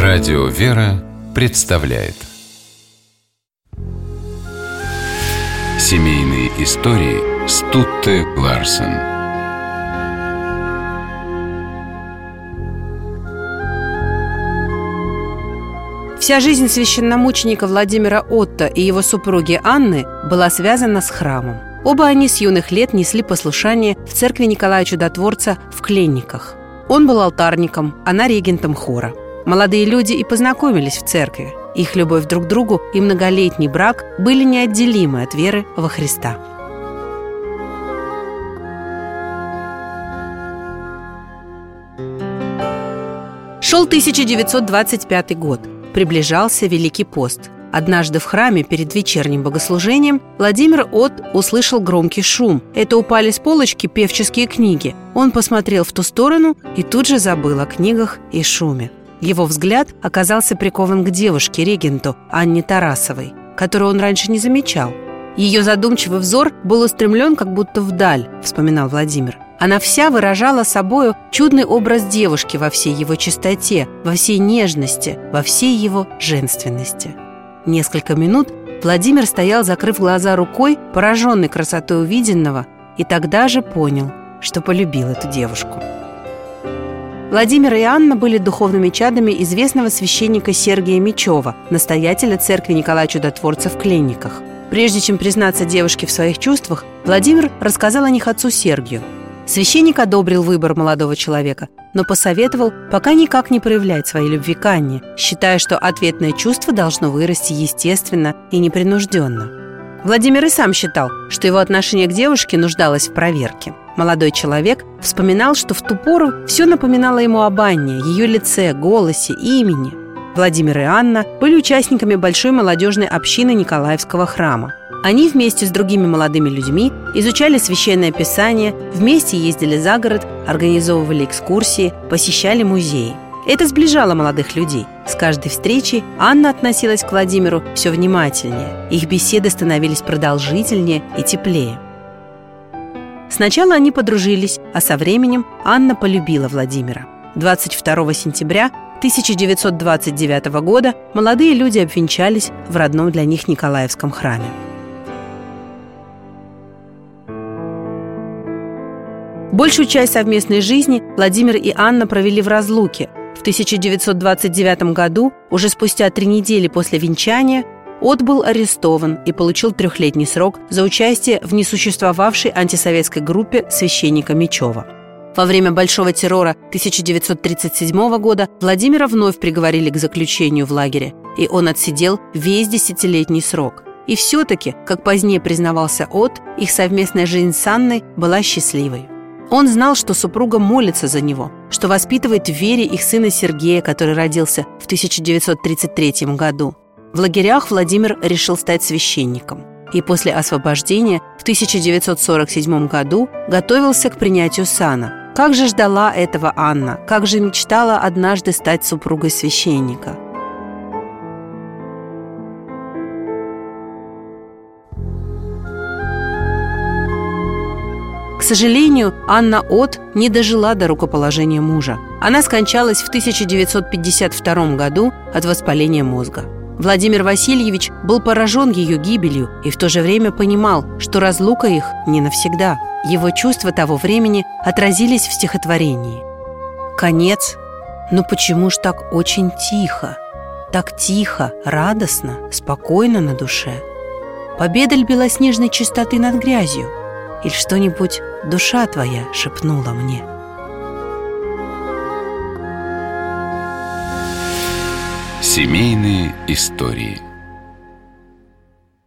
Радио «Вера» представляет семейные истории Стутте Ларсен. Вся жизнь священномученика Владимира Отто и его супруги Анны была связана с храмом. Оба они с юных лет несли послушание в церкви Николая Чудотворца в Кленниках. Он был алтарником, она регентом хора. Молодые люди и познакомились в церкви. Их любовь друг к другу и многолетний брак были неотделимы от веры во Христа. Шел 1925 год. Приближался Великий пост. Однажды в храме перед вечерним богослужением Владимир Отт услышал громкий шум. Это упали с полочки певческие книги. Он посмотрел в ту сторону и тут же забыл о книгах и шуме. Его взгляд оказался прикован к девушке-регенту Анне Тарасовой, которую он раньше не замечал. Ее задумчивый взор был устремлен как будто вдаль, вспоминал Владимир. Она вся выражала собою чудный образ девушки во всей его чистоте, во всей нежности, во всей его женственности. Несколько минут Владимир стоял, закрыв глаза рукой, пораженный красотой увиденного, и тогда же понял, что полюбил эту девушку. Владимир и Анна были духовными чадами известного священника Сергия Мечева, настоятеля церкви Николая Чудотворца в Кленниках. Прежде чем признаться девушке в своих чувствах, Владимир рассказал о них отцу Сергию. Священник одобрил выбор молодого человека, но посоветовал пока никак не проявлять своей любви к Анне, считая, что ответное чувство должно вырасти естественно и непринужденно. Владимир и сам считал, что его отношение к девушке нуждалось в проверке. Молодой человек вспоминал, что в ту пору все напоминало ему об Анне, ее лице, голосе, имени. Владимир и Анна были участниками большой молодежной общины Николаевского храма. Они вместе с другими молодыми людьми изучали священное писание, вместе ездили за город, организовывали экскурсии, посещали музеи. Это сближало молодых людей. С каждой встречей Анна относилась к Владимиру все внимательнее. Их беседы становились продолжительнее и теплее. Сначала они подружились, а со временем Анна полюбила Владимира. 22 сентября 1929 года молодые люди обвенчались в родном для них Николаевском храме. Большую часть совместной жизни Владимир и Анна провели в разлуке. В 1929 году, уже спустя 3 недели после венчания, Отт был арестован и получил 3-летний срок за участие в несуществовавшей антисоветской группе священника Мечева. Во время Большого террора 1937 года Владимира вновь приговорили к заключению в лагере, и он отсидел весь 10-летний срок. И все-таки, как позднее признавался Отт, их совместная жизнь с Анной была счастливой. Он знал, что супруга молится за него, что воспитывает в вере их сына Сергея, который родился в 1933 году. В лагерях Владимир решил стать священником и после освобождения в 1947 году готовился к принятию сана. Как же ждала этого Анна, как же мечтала однажды стать супругой священника. К сожалению, Анна Отт не дожила до рукоположения мужа. Она скончалась в 1952 году от воспаления мозга. Владимир Васильевич был поражен ее гибелью и в то же время понимал, что разлука их не навсегда. Его чувства того времени отразились в стихотворении. Конец. Но почему ж так очень тихо? Так тихо, радостно, спокойно на душе. Победа ль белоснежной чистоты над грязью? Или что-нибудь душа твоя шепнула мне? Семейные истории.